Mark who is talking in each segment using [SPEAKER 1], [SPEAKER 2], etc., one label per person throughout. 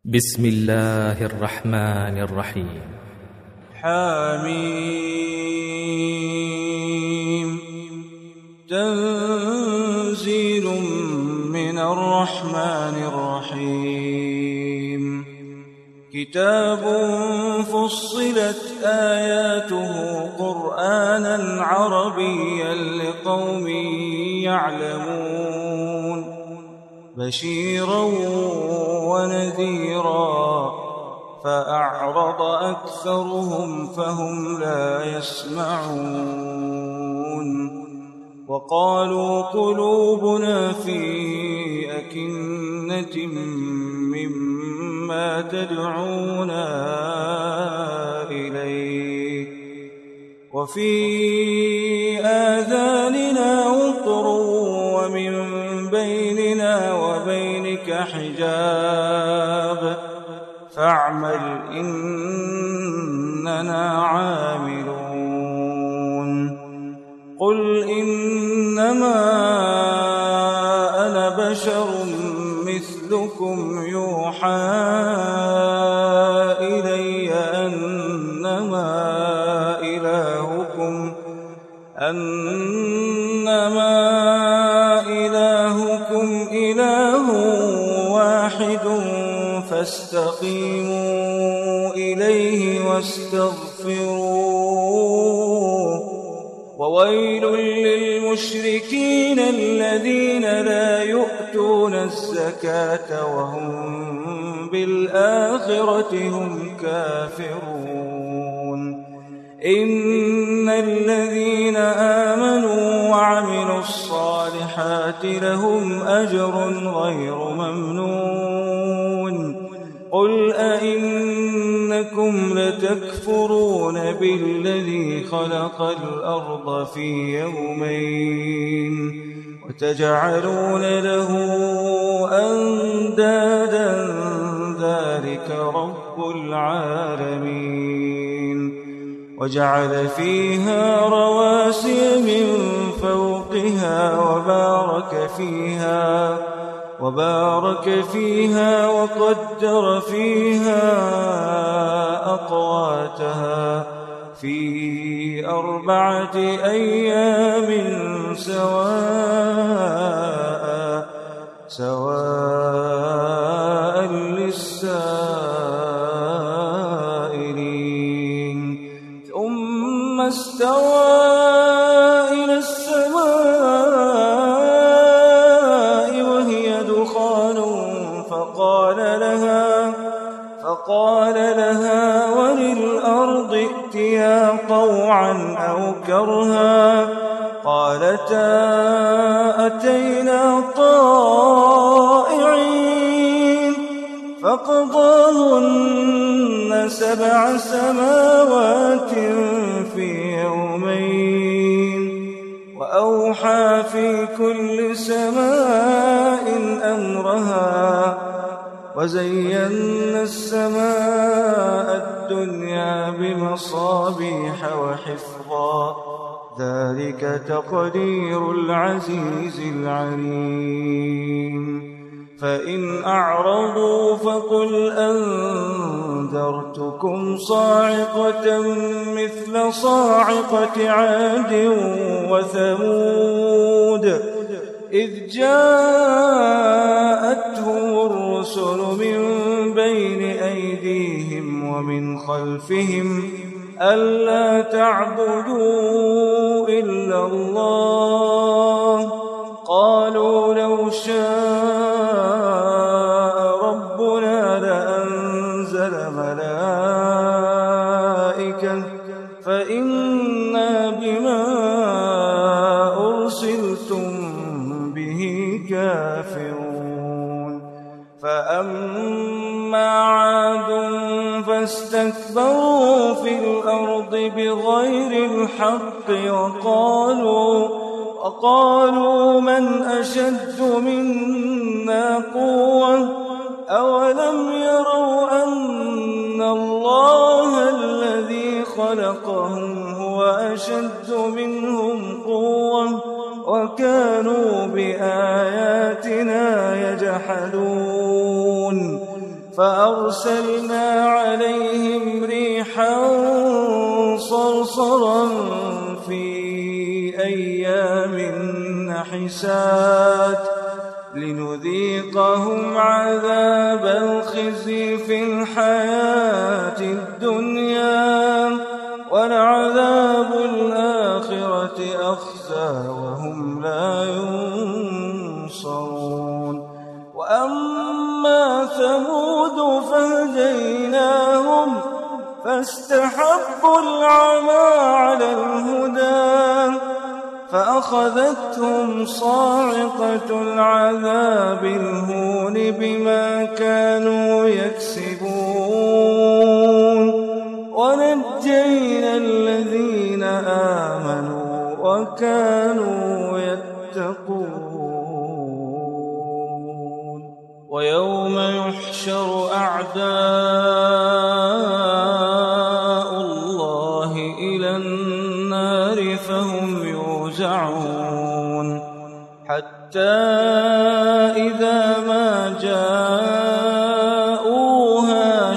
[SPEAKER 1] بسم الله الرحمن الرحيم.
[SPEAKER 2] حميم. تنزيل من الرحمن الرحيم. كتاب فصلت آياته قرآنا عربيا لقوم يعلمون بشيرا ونذيرا فأعرض أكثرهم فهم لا يسمعون. وقالوا قلوبنا في أكنة مما تدعونا إليه وفي آذاننا وقر ومن بيننا وبينك حجاب فاعمل إننا عاملون. قل إنما أنا بشر مثلكم يوحى إلي أنما إلهكم إله واحد فاستقيموا إليه واستغفروه. وويل للمشركين الذين لا يؤتون الزكاة وهم بالآخرة هم كافرون. إن الذين آمنوا وعملوا الصالحات لهم أجر غير ممنون. قل أئنكم لتكفرون بالذي خلق الأرض في يومين وتجعلون له أندادا ذلك رب العالمين. وجعل فيها رواسي من فوقها وبارك فيها وقدر فيها أقواتها في 4 أيام سواء للسائلين. ثم استوى إلى السماء وهي دخان فقال لها وللأرض ائتيا طوعا أو كرها قالتا أتينا طائعين. فقضاهن 7 سماوات في يومين وأوحى في كل سماء أمرها وزينا السماء الدنيا بمصابيح وحفظا ذلك تقدير العزيز العليم. فإن أعرضوا فقل أنذرتكم صاعقة مثل صاعقة عاد وثمود إذ جاءتهم الرسل من بين أيديهم ومن خلفهم ألا تعبدوا إلا الله قالوا لو شاء ربنا لأنزل ملائكة فإنا بما أرسلتم به كافرون. فأما عاد فاستكبروا في الأرض بغير الحق وقالوا من أشد منا قوة أولم يروا أن الله الذي خلقهم هو أشد منهم قوة وكانوا بآياتنا يجحدون فأرسلنا عليهم ريحا صرصرا في أيام نحسات لنذيقهم عذاب الخزي في الحياة الدنيا ولعذاب الآخرة أخزى وهم لا ينصرون. وأما ثمود فهديناهم فاستحبوا العمى على الهدى فأخذتهم صاعقة العذاب الهون بما كانوا يكسبون ونجينا الذين آمنوا وكانوا يتقون. ويوم يحشر أعداء الله إلى النار فهم يوزعون حتى إذا ما جاءوها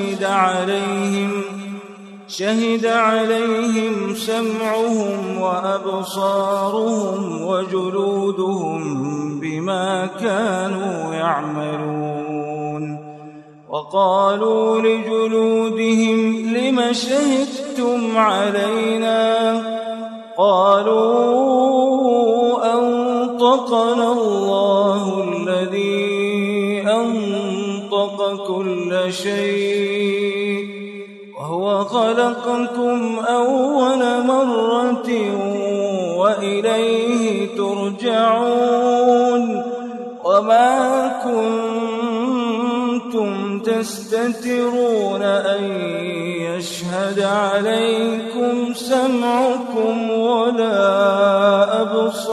[SPEAKER 2] شهد عليهم سمعهم وأبصارهم وجلودهم بما كانوا يعملون. وقالوا لجلودهم لم شهدتم علينا قالوا أنطقنا الله الذي أنطق كل شيء وهو خلقكم أول مرة وإليه ترجعون. وما كنتم تستترون أن يشهد عليكم سمعكم ولا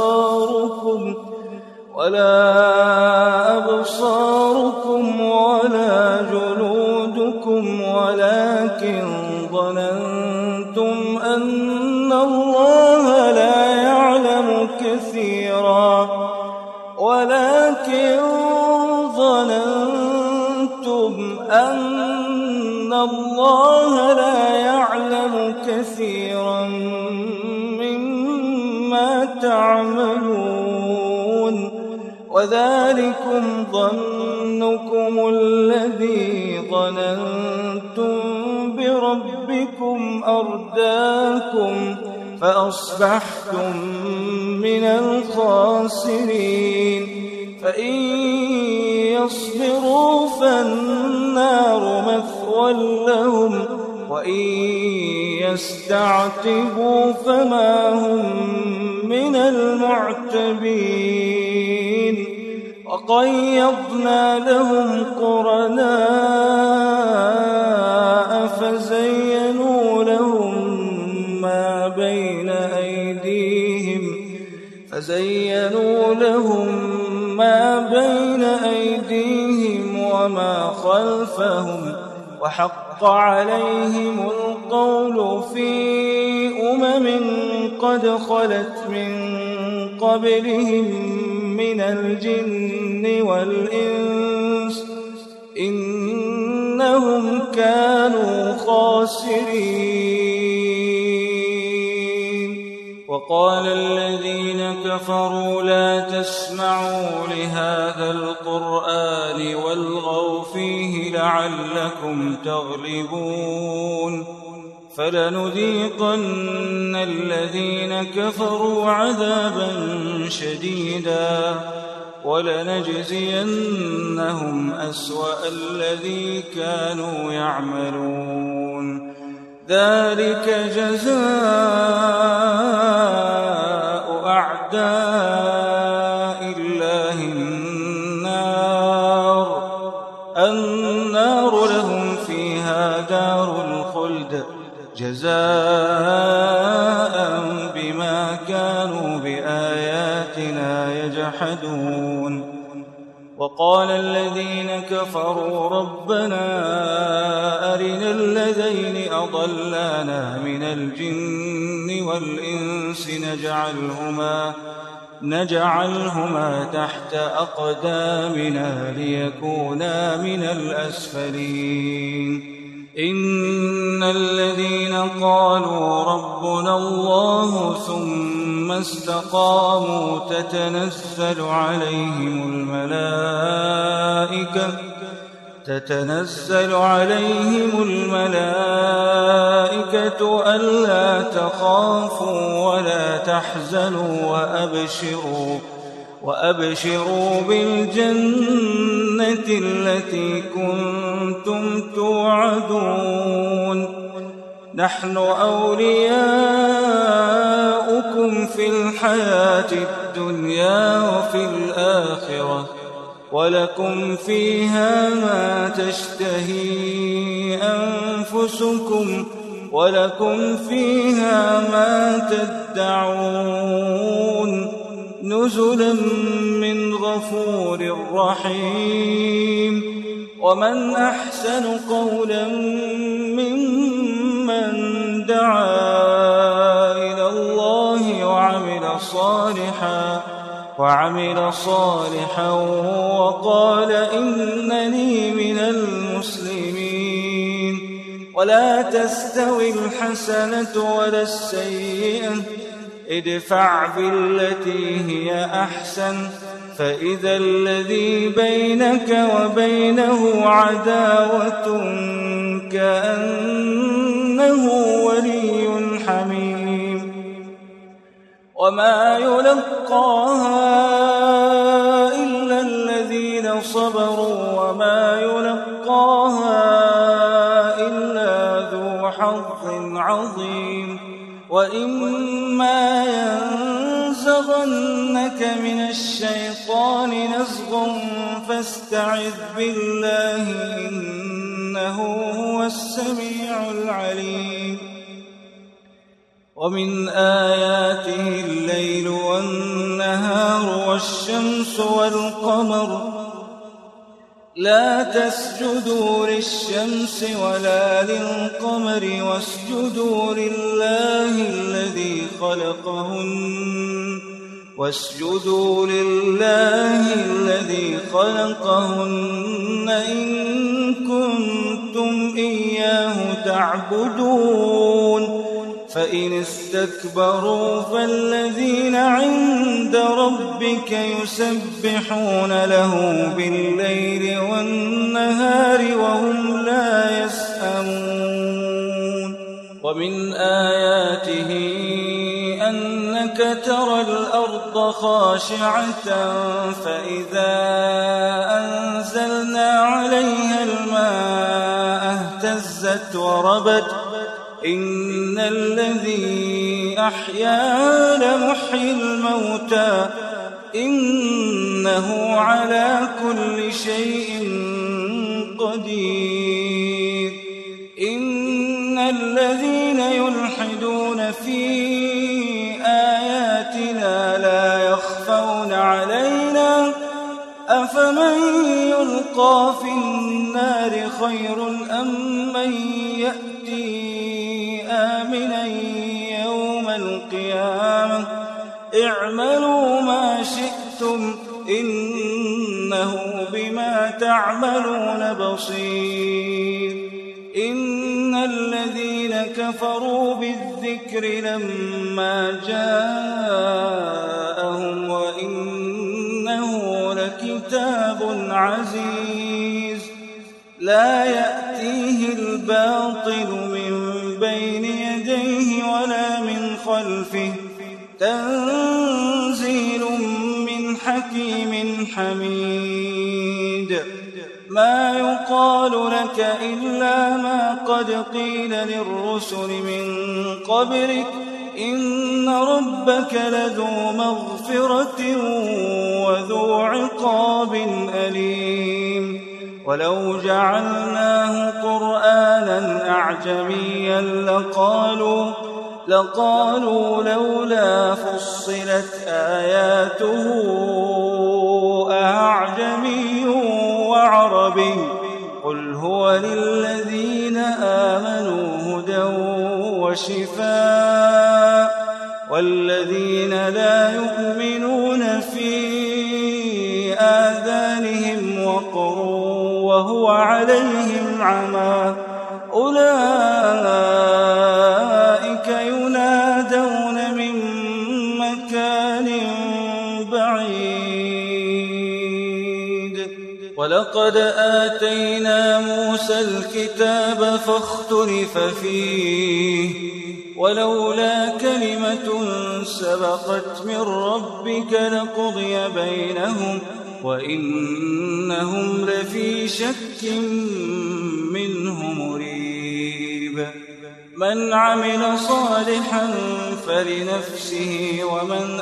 [SPEAKER 2] أبصاركم ولا جلودكم ظننتم أن الله لا يعلم كثيرا مما تعملون. وذلكم ظنكم الذي ظننتم بربكم أرداكم فأصبحتم من الخاسرين. فإن يصبروا فالنار مثوى لهم وإن يستعتبوا فما هم من المعتبين. وقيضنا لهم قرناء فزينوا لهم ما بين أيديهم وما خلفهم وحق عليهم القول في قد خلت من قبلهم من الجن والإنس إنهم كانوا خاسرين. وقال الذين كفروا لا تسمعوا لهذا القرآن والغوا فيه لعلكم تغلبون. فلنذيقن الذين كفروا عذابا شديدا ولنجزينهم أسوأ الذي كانوا يعملون. ذلك جزاء أعداء الله النار لهم فيها دار الخلد جزاء بما كانوا بآياتنا يجحدون. وقال الذين كفروا ربنا أرنا الذين نجعلهما تحت أقدامنا ليكونا من الأسفلين إن الذين قالوا ربنا الله ثم استقاموا تتنزل عليهم الملائكة ألا تخافوا ولا تحزنوا وأبشروا بالجنة التي كنتم توعدون نحن أولياؤكم في الحياة الدنيا وفي الآخرة ولكم فيها ما تشتهي أنفسكم ولكم فيها ما تدعون نزلا من غفور رحيم ومن أحسن قولا ممن دعا إلى الله وعمل صالحا وقال إنني من المسلمين ولا تستوي الحسنة ولا السيئة ادفع بالتي هي أحسن فإذا الذي بينك وبينه عداوة كأنه ولي حميم وما يلقاها إلا الذين صبروا وما يلقاها إلا ذو حظ عظيم وإما ينزغنك من الشيطان نزغ فاستعذ بالله إنه هو السميع العليم ومن آياته الليل والنهار والشمس والقمر لا تسجدوا للشمس ولا للقمر واسجدوا لله الذي خلقهن إن كنتم إياه تعبدون فإن استكبروا فالذين عند ربك يسبحون له بالليل والنهار وهم لا يسأمون ومن آياته أنك ترى الأرض خاشعة فإذا أنزلنا عليها الماء اهتزت وربت إن الذي أحياها لمحيي الموتى إنه على كل شيء قدير إن الذين يلحدون في آياتنا لا يخفون علينا أفمن يلقى في النار خير أم من يأتي آمنا يوم القيامة اعملوا ما شئتم إنه بما تعملون بصير إن الذين كفروا بالذكر لما جاءهم وإنه لكتاب عزيز لا يأتيه الباطل من بين يديه ولا من خلفه تنزيل من حكيم حميد ما يقال لك إلا ما قد قيل للرسل من قبلك إن ربك لذو مغفرة وذو عقاب أليم ولو جعلناه قرآنا أعجميا لقالوا لولا فصلت آياته أعجمي وعربي قل هو للذين آمنوا هدى وشفاء والذين لا يؤمنون وهو عليهم عمى أولئك ينادون من مكان بعيد ولقد آتينا موسى الكتاب فاختلف فيه ولولا كلمة سبقت من ربك لقضي بينهم وإنهم لفي شك منه مريب من عمل صالحا فلنفسه ومن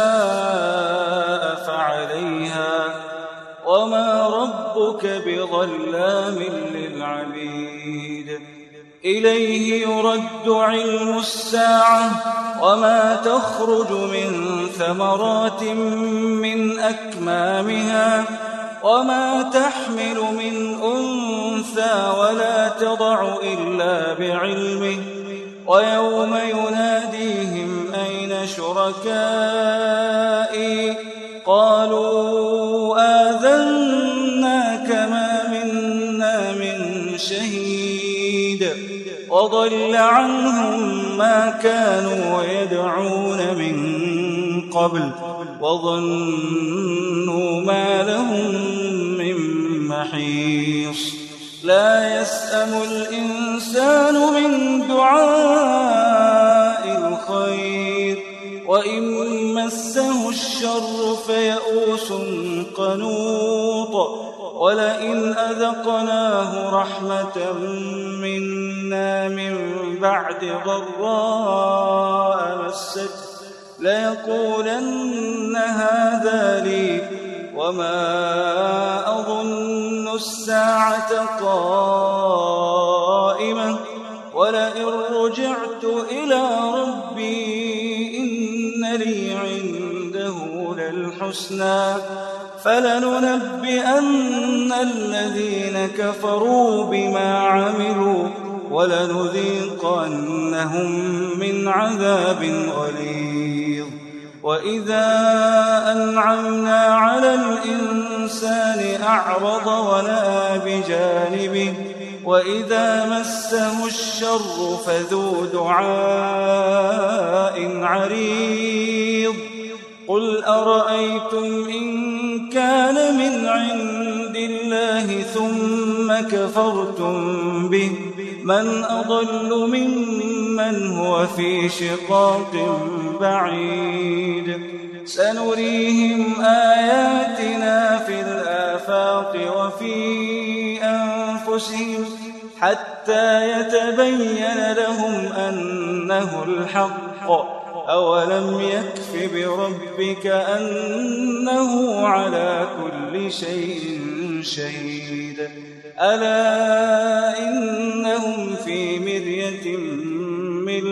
[SPEAKER 2] أساء فعليها وما ربك بظلام للعبيد إليه يرد علم الساعة وما تخرج من ثمرات من أكمامها وما تحمل من أنثى ولا تضع إلا بعلمه ويوم يناديهم أين شركائي قالوا آذناك ما منا من شهيد وضل عنهم ما كانوا يدعون من قبل وظنوا ما لهم من محيص لا يسأم الإنسان من دعاء الخير وإن مسه الشر فيئوس قنوط ولئن أذقناه رحمة منا من بعد ضراء مسته ليقولن هذا لي وما أظن الساعة قائمة ولئن رجعت إلى ربي إن لي عنده للحسنى فلننبئن الذين كفروا بما عملوا ولنذيقنهم من عذاب غليظ وإذا أنعمنا على الإنسان أعرض ونأى بجانبه وإذا مسه الشر فذو دعاء عريض قل أرأيتم إن كان من عند الله ثم كفرتم به من أضل ممن هو في شقاق بعيد سنريهم آياتنا في الآفاق وفي أنفسهم حتى يتبين لهم أنه الحق أولم يكف بربك أنه على كل شيء شهيد ألا إنهم في مرية من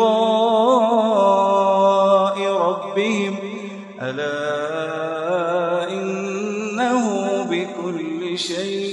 [SPEAKER 2] لقاء ربهم ألا إنه بكل شيء